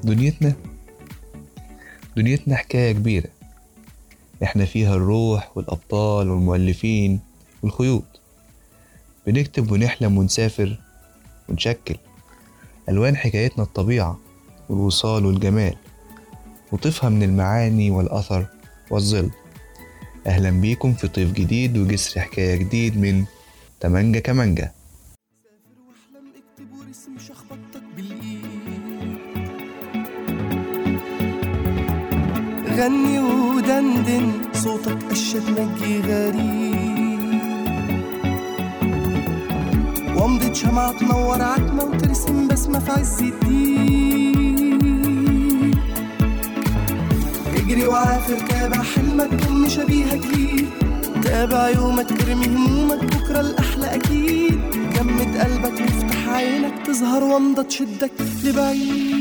دنيتنا حكاية كبيرة، احنا فيها الروح والأبطال والمؤلفين والخيوط، بنكتب ونحلم ونسافر ونشكل ألوان حكايتنا، الطبيعة والوصال والجمال، وطيفها من المعاني والأثر والظل. أهلا بيكم في طيف جديد وجسر حكاية جديد من تمانجة كمانجة. سافر واحلم، اكتب ورسم شخبطتك بالايد، غني ودندن صوتك قشة نجي غريب، ومضة شمعة تنور عتمة وترسم بسمة في عز الدين. اجري وعافر تابع حلمك، ضم شبيهك ليه، تابع يومك ترمي همومك، بكرة الأحلى أكيد. جمد قلبك وافتح عينك، تظهر ومضة تشدك لبعيد.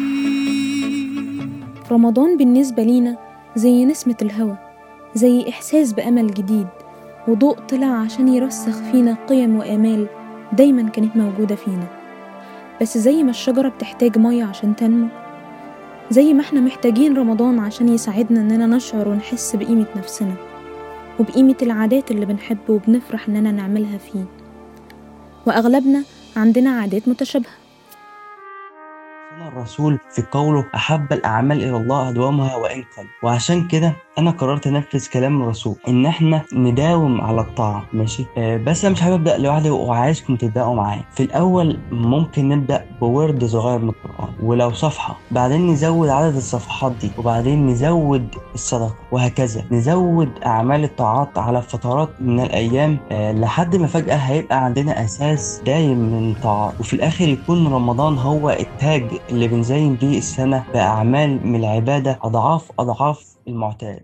رمضان بالنسبة لينا زي نسمة الهوى، زي إحساس بأمل جديد، وضوء طلع عشان يرسخ فينا قيم وآمال دايما كانت موجودة فينا. بس زي ما الشجرة بتحتاج مية عشان تنمو، زي ما احنا محتاجين رمضان عشان يساعدنا اننا نشعر ونحس بقيمة نفسنا وبقيمة العادات اللي بنحب وبنفرح اننا نعملها فيه. وأغلبنا عندنا عادات متشابهة. الرسول في قوله أحب الأعمال إلى الله أدومها وإن قل، وعشان كده أنا قررت أنفذ كلام الرسول إن إحنا نداوم على الطاعة. ماشي بس أنا مش حابب أبدأ لوحدي وعايزكم تبدأوا معايا. في الأول ممكن نبدأ بورد صغير من القرآن، ولو صفحة، بعدين نزود عدد الصفحات دي، وبعدين نزود الصدقة، وهكذا نزود أعمال الطاعات على فترات من الأيام لحد ما فجأة هيبقى عندنا أساس دايم من الطاعات، وفي الآخر يكون رمضان هو التاج اللي بنزين بيه السنة بأعمال من العبادة أضعاف المعتاد.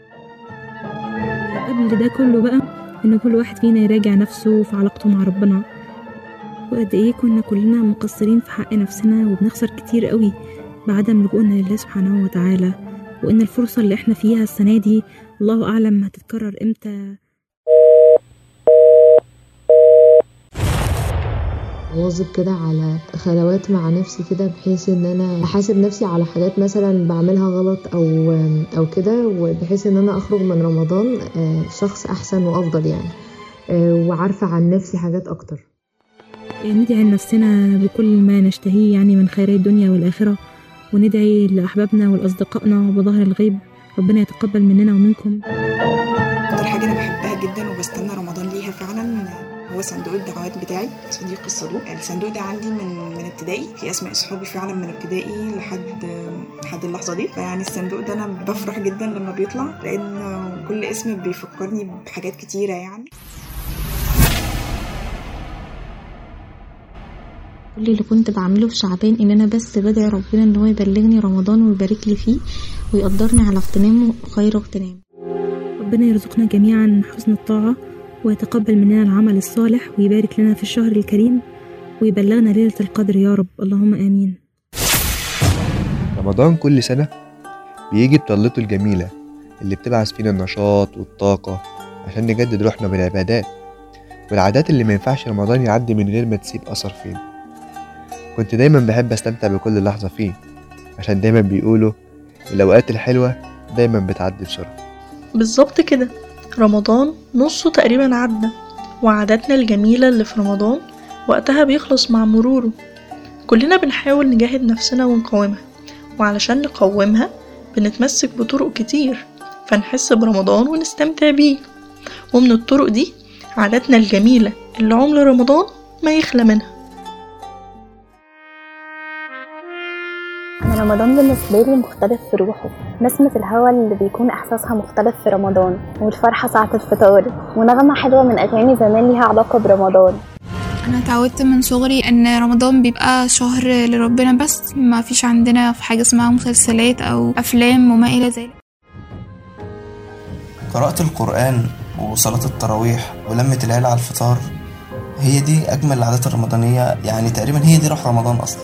قبل ده كله بقى إن كل واحد فينا يراجع نفسه في علاقته مع ربنا، وقد إيه كنا كلنا مقصرين في حق نفسنا وبنخسر كتير قوي بعدم لجوءنا لله سبحانه وتعالى، وإن الفرصة اللي إحنا فيها السنة دي الله أعلم هتتكرر إمتى. واظب كده على خلوات مع نفسي كده، بحيث ان انا احاسب نفسي على حاجات مثلا بعملها غلط او كده، وبحيث ان انا اخرج من رمضان شخص احسن وافضل يعني، وعارفة عن نفسي حاجات اكتر. ندعي لنفسنا بكل ما نشتهيه يعني من خير الدنيا والآخرة، وندعي لأحبابنا ولأصدقائنا بظهر الغيب، ربنا يتقبل مننا ومنكم. أكتر حاجة أنا بحبها جدا وبستنى رمضان ليها فعلا هو صندوق الدعوات بتاعي، صديق الصدوق. الصندوق ده عندي من ابتدائي، في اسماء صحابي فعلا من ابتدائي لحد اللحظه دي. فيعني الصندوق ده انا بفرح جدا لما بيطلع، لان كل اسم بيفكرني بحاجات كتيره يعني. كل اللي كنت بعمله في شعبان ان انا بس بدعي ربنا ان هو يبلغني رمضان ويبارك لي فيه ويقدرني على اغتنامه خير اغتنام. ربنا يرزقنا جميعا حسن الطاعة ويتقبل مننا العمل الصالح ويبارك لنا في الشهر الكريم ويبلغنا ليلة القدر يا رب، اللهم آمين. رمضان كل سنة بيجي بطلته الجميلة اللي بتبعث فينا النشاط والطاقة عشان نجدد روحنا بالعبادات والعادات اللي ما ينفعش رمضان يعدي من غير ما تسيب أثر فينا. كنت دايما بحب استمتع بكل لحظة فيه، عشان دايما بيقولوا الأوقات الحلوة دايما بتعدي بسرعة. بالظبط كده، رمضان نصه تقريبا عدى، وعاداتنا الجميلة اللي في رمضان وقتها بيخلص مع مروره. كلنا بنحاول نجاهد نفسنا ونقاومها، وعلشان نقاومها بنتمسك بطرق كتير فنحس برمضان ونستمتع بيه. ومن الطرق دي عاداتنا الجميلة اللي عمر رمضان ما يخلى منها. رمضان بالنسبة لي مختلف في روحه، نسمة الهوا اللي بيكون إحساسها مختلف في رمضان، والفرحة ساعة الفطار، ونغمة حلوة من أغاني زمان ليها علاقة برمضان. أنا اتعودت من صغري أن رمضان بيبقى شهر لربنا بس، ما فيش عندنا في حاجة اسمها مسلسلات أو أفلام وما إلى ذلك. قراءة القرآن وصلاة التراويح ولمة العيلة على الفطار هي دي أجمل العادات الرمضانية، يعني تقريبا هي دي روح رمضان أصلا.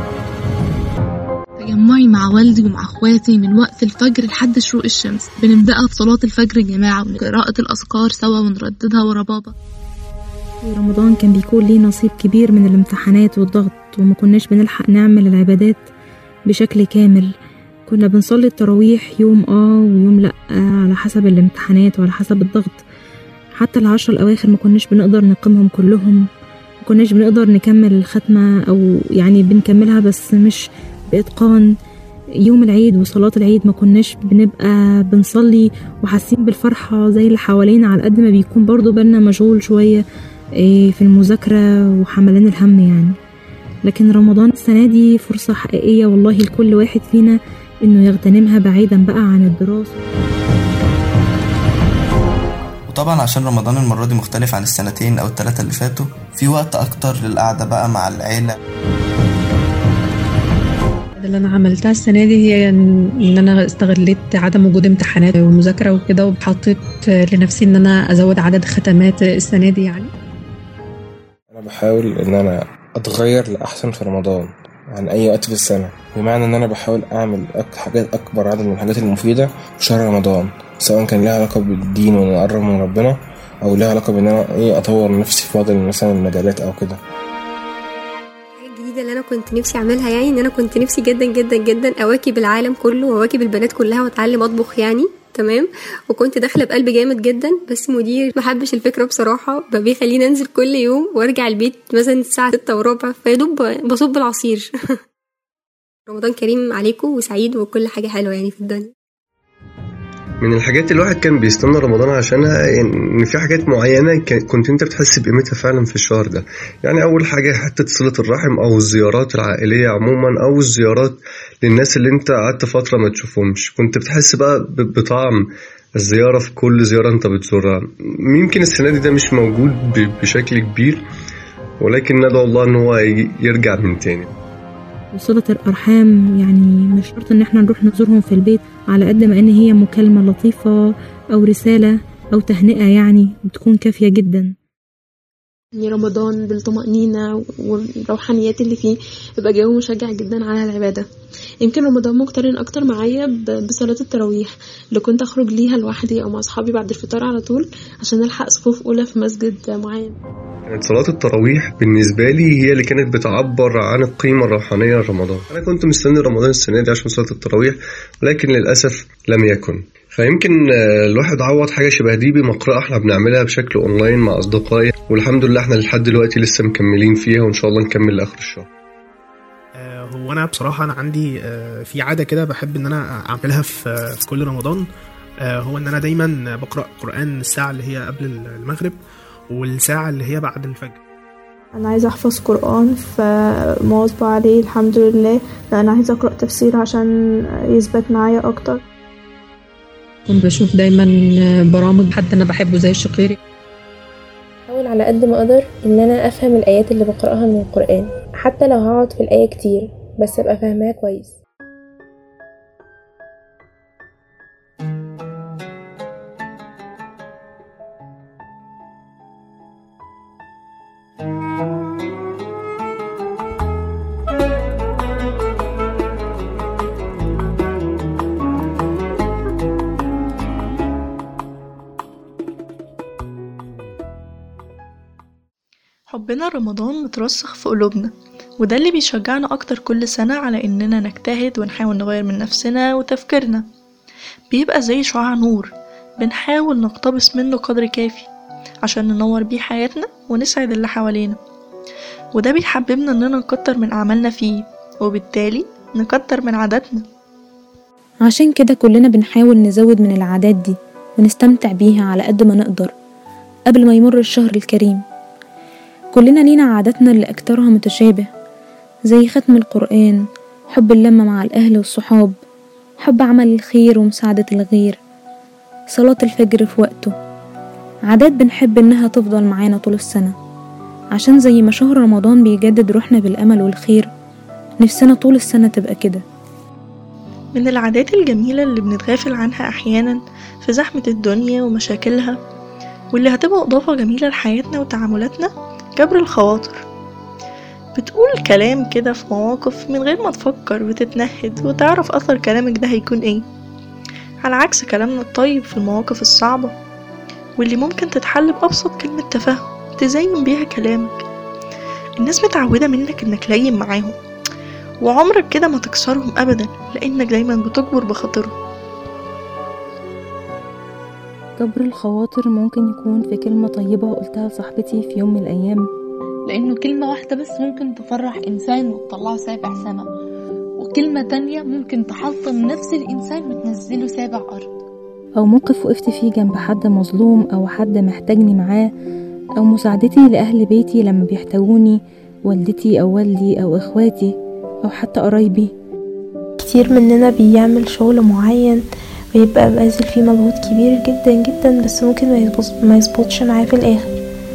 تجمعي مع والدي ومع اخواتي من وقت الفجر لحد شروق الشمس، بنبدأها بصلاة الفجر جماعة وقراءة الأذكار سوا ونرددها ورا بابا. رمضان كان بيكون ليه نصيب كبير من الامتحانات والضغط، وما كناش بنلحق نعمل العبادات بشكل كامل. كنا بنصلي التراويح يوم ويوم لأ، على حسب الامتحانات وعلى حسب الضغط. حتى ال10 الأواخر ما كناش بنقدر نقيمهم كلهم، ما كناش بنقدر نكمل الختمة، أو يعني بنكملها بس مش بإتقان. يوم العيد وصلاة العيد ما كناش بنبقى بنصلي وحاسين بالفرحة زي اللي حوالينا، على قد ما بيكون برضو بالنا مشغول شوية في المذاكرة وحملان الهم يعني. لكن رمضان السنة دي فرصة حقيقية والله لكل واحد فينا إنه يغتنمها بعيدا بقى عن الدراسة. وطبعا عشان رمضان المرة دي مختلف عن السنتين أو ال3 اللي فاتوا، في وقت أكتر للقعدة بقى مع العيلة. اللي انا عملتها السنه دي هي ان انا استغليت عدم وجود امتحانات ومذاكره وكده، وحطيت لنفسي ان انا ازود عدد ختمات السنه دي. يعني انا بحاول ان انا اتغير لاحسن في رمضان عن اي وقت في السنه، بمعنى ان انا بحاول اعمل حاجات اكبر عدد من الحاجات المفيده في شهر رمضان، سواء كان لها علاقه بالدين وان اقرب من ربنا، او لها علاقه بان انا اطور نفسي في بعض مثلا المجالات او كده. اللي انا كنت نفسي اعملها يعني ان انا كنت نفسي جدا جدا جدا اواكب العالم كله واواكب البنات كلها واتعلم اطبخ يعني تمام. وكنت داخله بقلب جامد جدا، بس مدير ما حبش الفكره بصراحه، بقى بيخليني انزل كل يوم وارجع البيت مثلا الساعه 6:15 فيدوب بصب العصير. رمضان كريم عليكم وسعيد وكل حاجه حلوه يعني في الدنيا. من الحاجات الواحد كان بيستنى رمضان عشانها ان في حاجات معينه كنت انت بتحس بقيمتها فعلا في الشهر ده. يعني اول حاجه حته صله الرحم او الزيارات العائليه عموما، او الزيارات للناس اللي انت قعدت فتره ما تشوفهمش، كنت بتحس بقى بطعم الزياره في كل زياره انت بتزورها. يمكن السنه دي ده مش موجود بشكل كبير، ولكن ندعو الله ان هو يرجع من تاني. وصلة الأرحام يعني مش شرط إن احنا نروح نزورهم في البيت، على قد ما إن هي مكالمة لطيفة أو رسالة أو تهنئة يعني بتكون كافية جدا. يعني رمضان بالطمأنينة والروحانيات اللي فيه بيبقى جو مشجع جدا على العبادة. يمكن رمضان مقترن أكتر معايا بصلاة التراويح اللي كنت أخرج ليها لوحدي أو مع أصحابي بعد الفطار على طول عشان ألحق صفوف أولى في مسجد معين. كانت صلاة التراويح بالنسبة لي هي اللي كانت بتعبر عن القيمة الروحانية لرمضان. أنا كنت مستني رمضان السنة دي عشان صلاة التراويح، ولكن للأسف لم يكن. فيمكن الواحد عوض حاجة شبه دي بمقرأة احنا بنعملها بشكل أونلاين مع أصدقائي، والحمد لله احنا لحد دلوقتي لسه مكملين فيها، وإن شاء الله نكمل لآخر الشهر. هو أنا بصراحة أنا عندي في عادة كده بحب إن أنا أعملها في كل رمضان، هو إن أنا دايما بقرأ قرآن الساعة اللي هي قبل المغرب والساعة اللي هي بعد الفجر. أنا عايزة أحفظ قرآن فمواظبة عليه الحمد لله، لأن عايزة أقرأ تفسير عشان يثبت معايا أكتر. كنت بشوف دايما برامج حد أنا بحبه زي الشقيري. حاول على قد ما أقدر إن أنا أفهم الآيات اللي بقرأها من القرآن، حتى لو هقعد في الآية كتير بس أبقى فاهمها كويس. حبنا رمضان مترسخ في قلوبنا، وده اللي بيشجعنا أكتر كل سنة على إننا نجتهد ونحاول نغير من نفسنا وتفكيرنا. بيبقى زي شعاع نور بنحاول نقتبس منه قدر كافي عشان ننور بيه حياتنا ونسعد اللي حوالينا، وده بيحببنا إننا نكتر من أعمالنا فيه، وبالتالي نكتر من عاداتنا. عشان كده كلنا بنحاول نزود من العادات دي ونستمتع بيها على قد ما نقدر قبل ما يمر الشهر الكريم. كلنا لينا عاداتنا اللي أكترها متشابه، زي ختم القرآن، حب اللمة مع الأهل والصحاب، حب عمل الخير ومساعدة الغير، صلاة الفجر في وقته. عادات بنحب إنها تفضل معانا طول السنة، عشان زي ما شهر رمضان بيجدد روحنا بالأمل والخير، نفسنا طول السنة تبقى كده. من العادات الجميلة اللي بنتغافل عنها أحيانا في زحمة الدنيا ومشاكلها، واللي هتبقى إضافة جميلة لحياتنا وتعاملاتنا، جبر الخواطر. بتقول كلام كده في مواقف من غير ما تفكر وتتنهد وتعرف أثر كلامك ده هيكون ايه، على عكس كلامنا الطيب في المواقف الصعبة واللي ممكن تتحل بأبسط كلمة تفاهم تزين بيها كلامك. الناس متعودة منك انك لين معاهم، وعمرك كده ما تكسرهم أبدا، لأنك دايما بتجبر بخاطرهم. جبر الخواطر ممكن يكون في كلمة طيبة قلتها لصاحبتي في يوم من الأيام، لأنه كلمة واحدة بس ممكن تفرح إنسان وتطلعه سابع سما، وكلمة تانية ممكن تحطم نفس الإنسان وتنزله سابع أرض. أو موقف وقفت فيه جنب حد مظلوم أو حد محتاجني معاه، أو مساعدتي لأهل بيتي لما بيحتاجوني، والدتي أو والدي أو إخواتي أو حتى قرايبي. كتير مننا بيعمل شغل معين ويبقى باذل فيه مجهود كبير جدا جدا، بس ممكن ما يظبطش معاه في الاخر،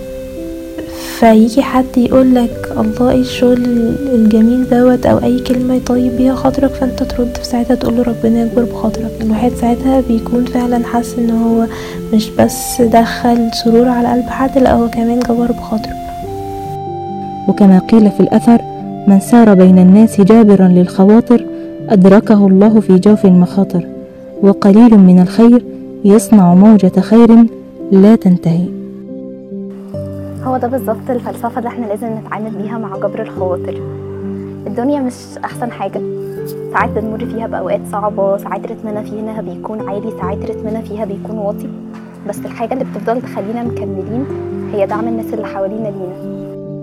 فيجي حد يقولك الله ايه الشغل الجميل دوت او اي كلمة يطيب بيها خاطرك، فانت ترد في ساعتها تقوله ربنا يكبر بخاطرك. الواحد ساعتها بيكون فعلا حاسس ان هو مش بس دخل سرور على قلب حد، لا هو كمان جبر بخاطره. وكما قيل في الأثر: من سار بين الناس جابرا للخواطر أدركه الله في جوف المخاطر، وقليل من الخير يصنع موجة خير لا تنتهي. هو ده بالظبط الفلسفة اللي احنا لازم نتعامل بيها مع جبر الخواطر. الدنيا مش أحسن حاجة، ساعات بنمر فيها بأوقات صعبة، ساعات رتمنا فيها بيكون عالي، ساعات رتمنا فيها بيكون واطي، بس الحاجة اللي بتفضل تخلينا مكملين هي دعم الناس اللي حوالينا لينا.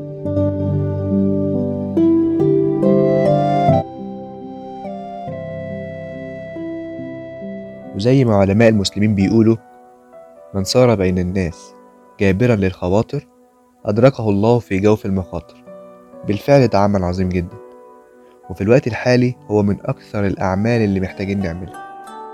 وزي ما علماء المسلمين بيقولوا: من سار بين الناس جابرا للخواطر أدركه الله في جوف المخاطر. بالفعل ده عمل عظيم جدا، وفي الوقت الحالي هو من أكثر الأعمال اللي محتاجين نعملها.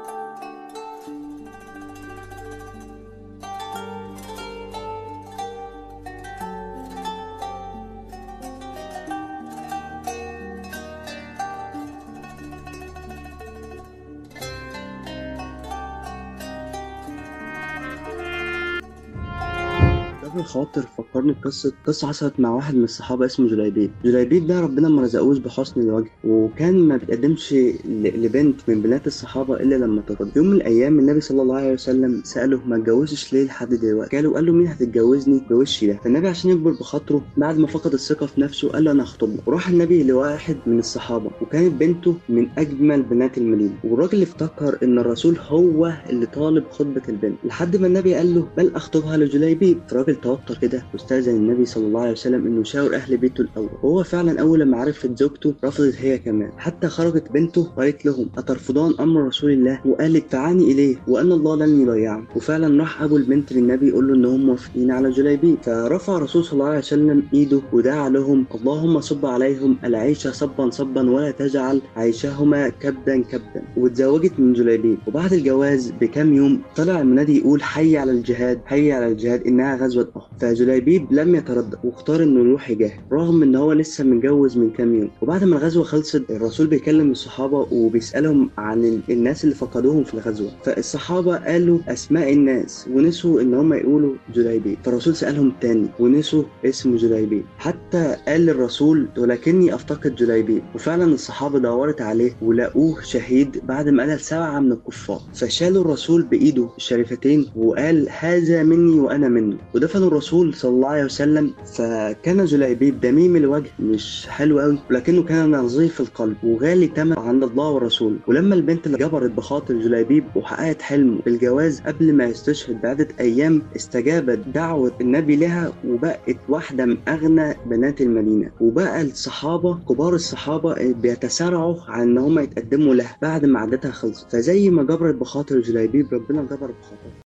جبر الخواطر فكرني بقصة حصلت مع واحد من الصحابة اسمه جليبيب ده ربنا ما رزقوش بحسن الوجه، وكان ما بيتقدمش لبنت من بنات الصحابة إلا لما ترضى. يوم من الأيام النبي صلى الله عليه وسلم سأله: ما اتجوزش ليه لحد دلوقتي؟ قال له: مين هتتجوزني بوشي ده؟ فالنبي عشان يكبر بخاطره بعد ما فقد الثقة في نفسه قال له: أنا هخطبك. وراح النبي لواحد من الصحابة وكانت بنته من أجمل بنات المدينة، والراجل افتكر إن الرسول هو اللي طالب خطبة البنت، لحد ما النبي قال له: بل أخطبها لجليبيب. الراجل توتر كده واستأذن النبي صلى الله عليه وسلم انه يشاور اهل بيته الاول، وهو فعلا اول لما عرفت زوجته رفضت هي كمان، حتى خرجت بنته وقالت لهم: اترفضان امر رسول الله؟ وقالت: تعاني اليه وان الله لن يضيعه. وفعلا راح ابو البنت للنبي يقول له انهم موافقين على جليبيب، فرفع الرسول صلى الله عليه وسلم ايده ودعا لهم: اللهم صب عليهم العيش صبا صبا ولا تجعل عيشهما كبدا كبدا. واتزوجت من جليبيب. وبعد الجواز بكام يوم طلع المنادي يقول: حي على الجهاد، حي على الجهاد، انها غزوة أحد. فجليبيب لم يتردد واختار انه يروح يجاهد رغم ان هو لسه متجوز من كام يوم. وبعد ما الغزوة خلصت الرسول بيكلم الصحابة وبيسألهم عن الناس اللي فقدوهم في الغزوة، فالصحابة قالوا اسماء الناس ونسوا ان هم يقولوا جليبيب، فالرسول سألهم تاني ونسوا اسم جليبيب، حتى قال للرسول: ولكني افتقد جليبيب. وفعلا الصحابة دورت عليه ولقوه شهيد بعد ما قتل 7 من الكفار، فشالوا الرسول بايده الشريفتين وقال: هذا مني وانا منه. ودفنوا الرسول صلى الله عليه وسلم. فكان جليبيب دميم الوجه مش حلو قوي، ولكنه كان نظيف القلب وغالي ثمن عند الله والرسول. ولما البنت اللي جبرت بخاطر جليبيب وحققت حلمه بالجواز قبل ما يستشهد بعدة ايام استجابت دعوة النبي لها وبقت واحدة من اغنى بنات المدينة. وبقى الصحابة كبار الصحابة بيتسارعوا عن ان هم يتقدموا لها بعد ما عدتها خلصت. فزي ما جبرت بخاطر جليبيب ربنا جبر بخاطر.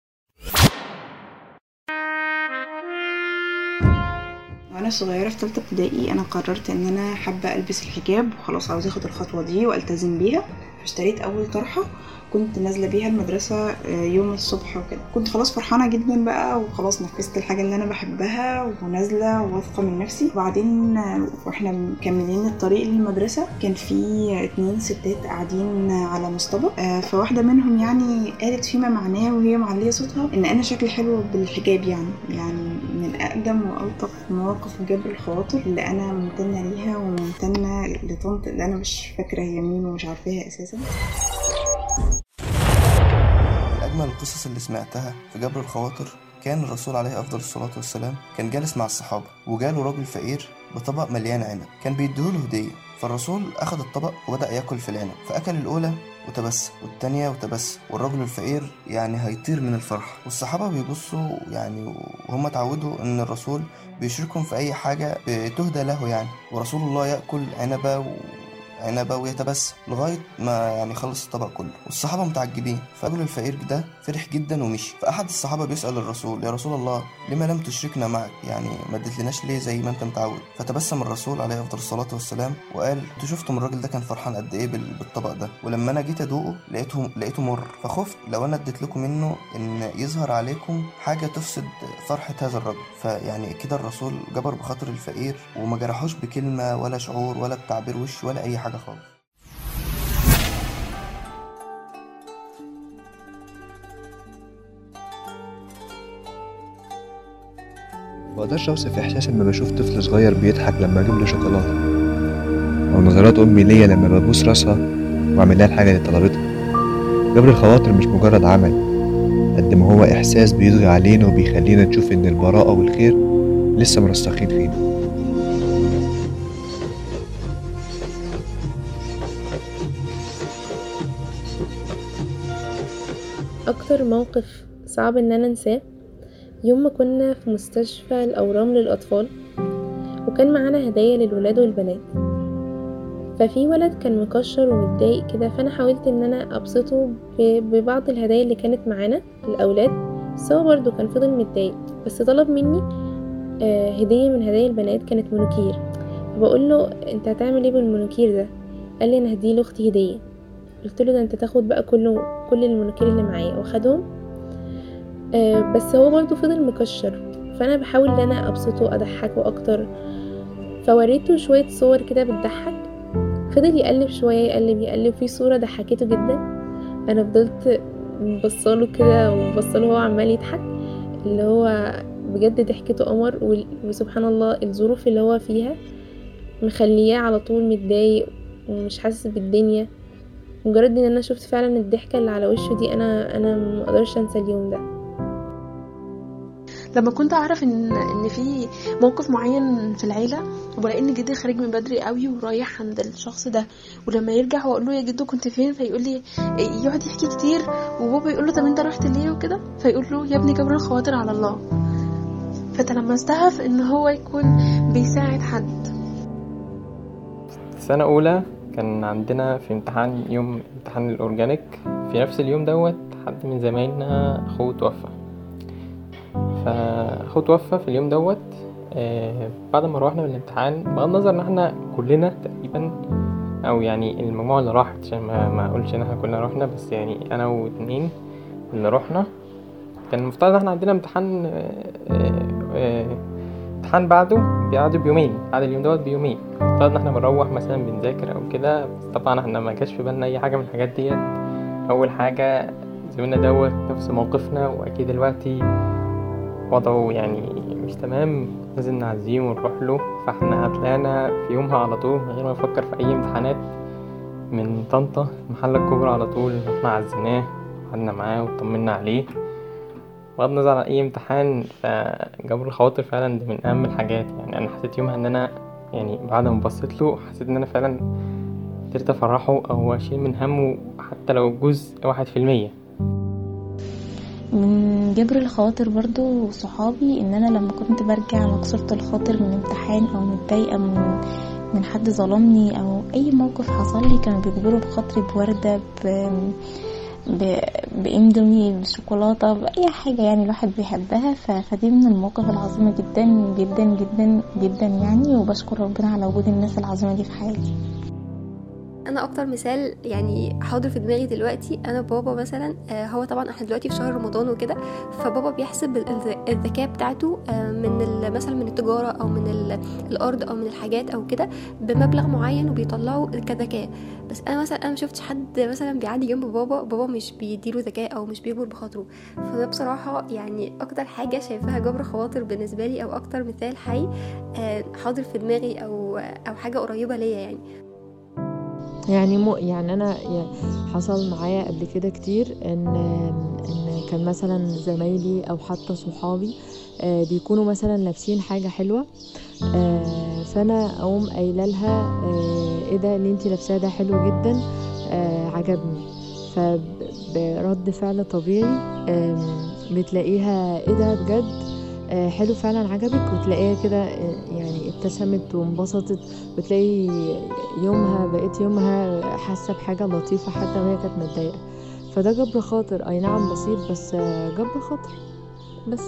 وانا صغيره في ثالثه ابتدائي انا قررت ان انا حابه البس الحجاب وخلاص عاوزه اخد الخطوه دي والتزم بيها. فاشتريت اول طرحه كنت نازله بيها المدرسه يوم الصبح وكده. كنت خلاص فرحانه جدا بقى وخلاص نفذت الحاجه اللي انا بحبها ونازله واثقه من نفسي. وبعدين واحنا مكملين الطريق للمدرسه كان في 2 ستات قاعدين على مصطبه، فواحده منهم يعني قالت فيما معناه وهي معليه صوتها ان انا شكلي حلو بالحجاب. يعني من اقدم والطف مواقف جبر الخواطر اللي انا ممتنه ليها وممتنه لطنط اللي انا مش فاكره هي مين ومش عارفاها اساسا. أجمل القصص اللي سمعتها في جبر الخواطر كان الرسول عليه أفضل الصلاة والسلام كان جالس مع الصحابة وجاله راجل فقير بطبق مليان عنب، كان بيديهوله هدية. فالرسول أخذ الطبق وبدأ يأكل في العنب، فأكل الأولى وتبسم والتانية وتبسم، والرجل الفقير يعني هيطير من الفرح. والصحابة بيبصوا يعني وهم اتعودوا ان الرسول بيشاركهم في اي حاجة بتهدى له يعني، ورسول الله يأكل عنبة ويتبسم لغاية ما يعني خلص الطبق كله، والصحابة متعجبين. فالرجل الفقير ده فرح جدا ومشي. فأحد الصحابة بيسأل الرسول: يا رسول الله، لما لم تشركنا معك؟ يعني ما اديتلناش ليه زي ما انت متعود؟ فتبسم الرسول عليه أفضل الصلاة والسلام وقال: انتوا شفتم الراجل ده كان فرحان قد ايه بالطبق ده، ولما انا جيت ادوقه لقيته مر، فخفت لو انا اديت لكم منه ان يظهر عليكم حاجة تفسد فرحة هذا الرجل. فيعني كده الرسول جبر بخاطر الفقير وما جرحوش بكلمة ولا شعور ولا بتعبير وش ولا اي حاجة خالص. مقدرش اوصف احساسي لما بشوف طفل صغير بيضحك لما اجيب له شوكولاته، او نظرات امي ليا لما ببوس راسها واعمل لها الحاجه اللي طلبتها. جبر الخواطر مش مجرد عمل قد ما هو احساس بيطغي علينا وبيخلينا نشوف ان البراءه والخير لسه مرسخين فينا. اكتر موقف صعب ان انا انساه يوم ما كنا في مستشفى الاورام للاطفال، وكان معانا هدايا للولاد والبنات. ففي ولد كان مكشر ومتضايق كده، فانا حاولت ان انا ابسطه ببعض الهدايا اللي كانت معانا للاولاد، بس هو برضه كان فضل متضايق. بس طلب مني هديه من هدايا البنات، كانت مونوكير. فبقول له: انت هتعمل ايه بالمونوكير ده؟ قال لي: انا هديه لاختي هديه. قلت له: ده انت تاخد بقى كل المونوكير اللي معايا. واخدهم، بس هو برضو فضل مكشر. فانا بحاول ان انا ابسطه اضحكه اكتر، فوريته شويه صور كده بتضحك. فضل يقلب شويه، يقلب في صوره ضحكته جدا. انا فضلت بصاله كده وبصاله هو عمال يضحك، اللي هو بجد ضحكته قمر. وسبحان الله الظروف اللي هو فيها مخلياه على طول متضايق ومش حاسس بالدنيا. مجرد ان انا شفت فعلا الضحكه اللي على وشه دي، انا ما اقدرش انسى اليوم ده. لما كنت اعرف ان في موقف معين في العيله، وبلاقي ان جدي خارج من بدري قوي ورايح عند الشخص ده، ولما يرجع واقول له: يا جدو كنت فين؟ فيقول لي، يقعد يحكي كتير، وبابا يقول له: طب انت رحت ليه وكده؟ فيقول له: يا ابني جبر الخواطر على الله. فتلمستها في ان هو يكون بيساعد حد. سنة أولى كان عندنا في امتحان الأورجانيك، في نفس اليوم دوت حد من زمايلنا أخوه توفى. فأخوه توفى في اليوم دوت. بعد ما روحنا من الامتحان، بغض النظر ان احنا كلنا تقريبا، او يعني المجموعة اللي راحت، عشان ما اقولش ان احنا كلنا روحنا، بس يعني انا واتنين اللي روحنا. كان المفترض ان احنا عندنا امتحان بعده بيومين، بعد اليوم دوت بيومين. المفترض ان احنا بنروح مثلا بنذاكر او كده، بس طبعا احنا ما جاش في بالنا اي حاجة من الحاجات ديت. اول حاجة زميلنا دوت نفس موقفنا، واكيد دلوقتي وضعه يعني مش تمام، لازم نعزيه ونروح له. فاحنا طلعنا في يومها على طول من غير ما نفكر في اي امتحانات من طنطا المحلة الكبرى على طول، رحنا عزيناه وقعدنا معاه وطمنا عليه بغض النظر عن اي امتحان. فجبر الخواطر فعلا ده من اهم الحاجات. يعني انا حسيت يومها ان انا يعني بعد ما بصيت له حسيت ان انا فعلا قدرت افرحه او اشيل من همه حتى لو جزء 1%. من جبر الخواطر برضو صحابي، ان انا لما كنت برجع مكسورة الخاطر من امتحان او متضايقة من حد ظلمني او اي موقف حصل لي، كانوا بيجبروا بخاطري بوردة، باندومي، بشوكولاتة، باي حاجة يعني الواحد بيحبها. فدي من المواقف العظيمة جدا جدا جدا جدا يعني، وبشكر ربنا على وجود الناس العظيمة دي في حياتي. انا اكتر مثال يعني حاضر في دماغي دلوقتي، انا بابا مثلا، هو طبعا احنا دلوقتي في شهر رمضان وكده، فبابا بيحسب الزكاة بتاعته من مثلا من التجارة او من الارض او من الحاجات او كده بمبلغ معين وبيطلعه كزكاة. بس انا مثلا ما شفتش حد مثلا بيعدي جنب بابا مش بيديله زكاة او مش بيجبر بخاطره. فده بصراحة يعني اكتر حاجة شايفاها جبر خواطر بالنسبة لي، او اكتر مثال حي حاضر في دماغي او حاجة قريبة ليا يعني انا حصل معايا قبل كده كتير ان كان مثلا زمايلي او حتى صحابي بيكونوا مثلا لابسين حاجه حلوه، فانا اقوم قايله لها ايه ده اللي انتي لابساه ده حلو جدا، عجبني. فبرد فعل طبيعي بتلاقيها ايه ده بجد حلو فعلا عجبك، وتلاقيها كده يعني ابتسمت وانبسطت، وتلاقي يومها بقيت يومها حاسه بحاجه لطيفه حتى وهي كانت متضايقه. فده جبر خاطر، اي نعم بسيط بس جبر خاطر بس.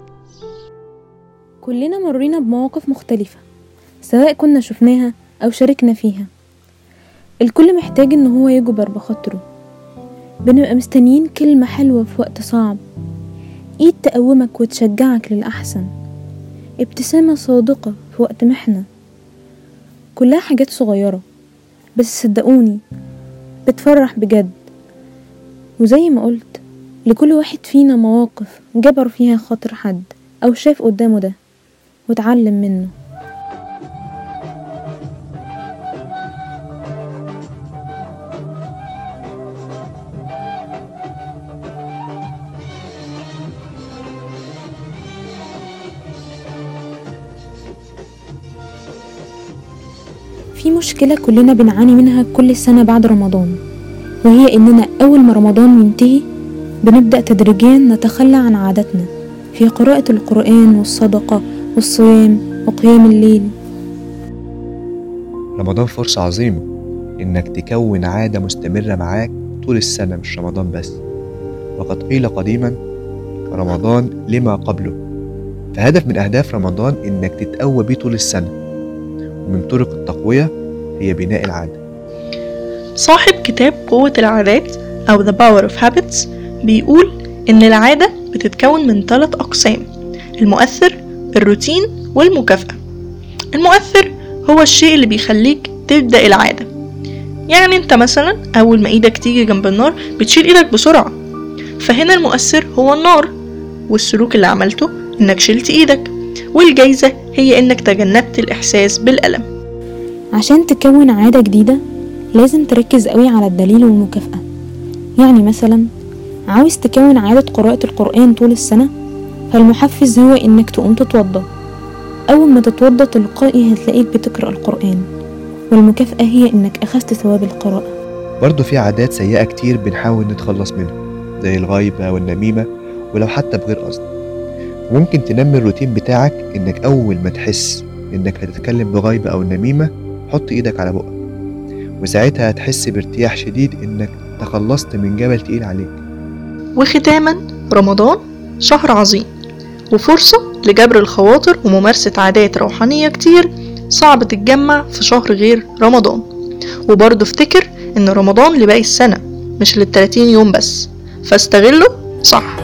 كلنا مرينا بمواقف مختلفة سواء كنا شفناها أو شاركنا فيها. الكل محتاج إن هو يجبر بخاطره. بنبقى مستنيين كلمة حلوة في وقت صعب، ايد تقومك وتشجعك للأحسن، ابتسامة صادقة في وقت محنة. كلها حاجات صغيرة بس صدقوني بتفرح بجد. وزي ما قلت لكل واحد فينا مواقف جبر فيها خاطر حد أو شاف قدامه ده وتعلم منه. في مشكلة كلنا بنعاني منها كل سنة بعد رمضان، وهي إننا أول ما رمضان ينتهي بنبدأ تدريجيا نتخلى عن عاداتنا في قراءة القرآن والصدقة والصيام وقيام الليل. رمضان فرصة عظيمة إنك تكون عادة مستمرة معاك طول السنة، مش رمضان بس. وقد قيل قديما رمضان لما قبله، فهدف من أهداف رمضان إنك تتقوى بيه طول السنة، ومن طرق التقوية هي بناء العادة. صاحب كتاب قوة العادات أو The Power of Habits بيقول إن العادة بتتكون من 3 أقسام: المؤثر، الروتين، والمكافأة. المؤثر هو الشيء اللي بيخليك تبدأ العادة، يعني انت مثلا أول ما ايدك تيجي جنب النار بتشيل ايدك بسرعة، فهنا المؤثر هو النار، والسلوك اللي عملته انك شلت ايدك، والجايزة هي انك تجنبت الإحساس بالألم. عشان تكون عادة جديدة لازم تركز قوي على الدليل والمكافأة. يعني مثلا عاوز تكون عادة قراءة القرآن طول السنة، فالمحفز هو انك تقوم تتوضى. اول ما تتوضى تلقائي هتلاقيك بتقرأ القرآن، والمكافأة هي انك اخذت ثواب القراءة. برضو في عادات سيئة كتير بنحاول نتخلص منها زي الغيبة والنميمة، ولو حتى بغير قصد. وممكن تنمي الروتين بتاعك انك اول ما تحس انك هتتكلم بغيبة او نميمة حط ايدك على بقك، وساعتها هتحس بارتياح شديد انك تخلصت من جبل تقيل عليك. وختاما، رمضان شهر عظيم وفرصة لجبر الخواطر وممارسة عادات روحانية كتير صعب تتجمع في شهر غير رمضان. وبرضه افتكر ان رمضان لباقي السنة مش لل30 يوم بس، فاستغله صح.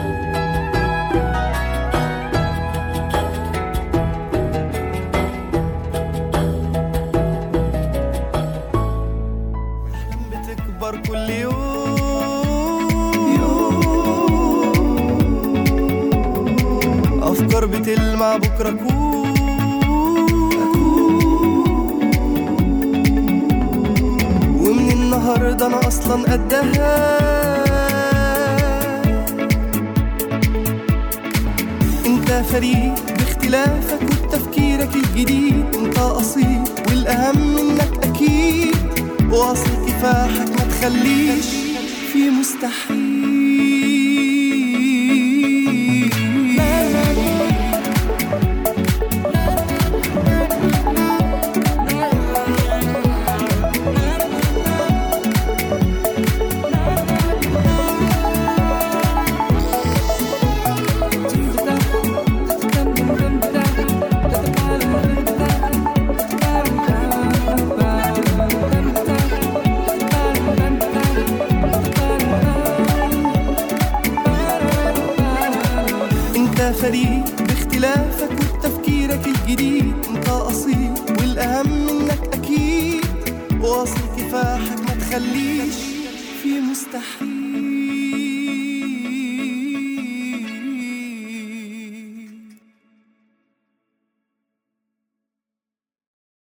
أفكار بتلمع بكرة أكون ومن النهاردة أنا أصلا قدها. أنت فريد باختلافك وبتفكيرك الجديد، أنت أصيل والأهم إنك أكيد، واصل كفاحك ما تخليش في مستحيل. فريد باختلافك وبتفكيرك الجديد، انت اصيل والاهم انك اكيد، واصل كفاحك ما تخليش في مستحيل.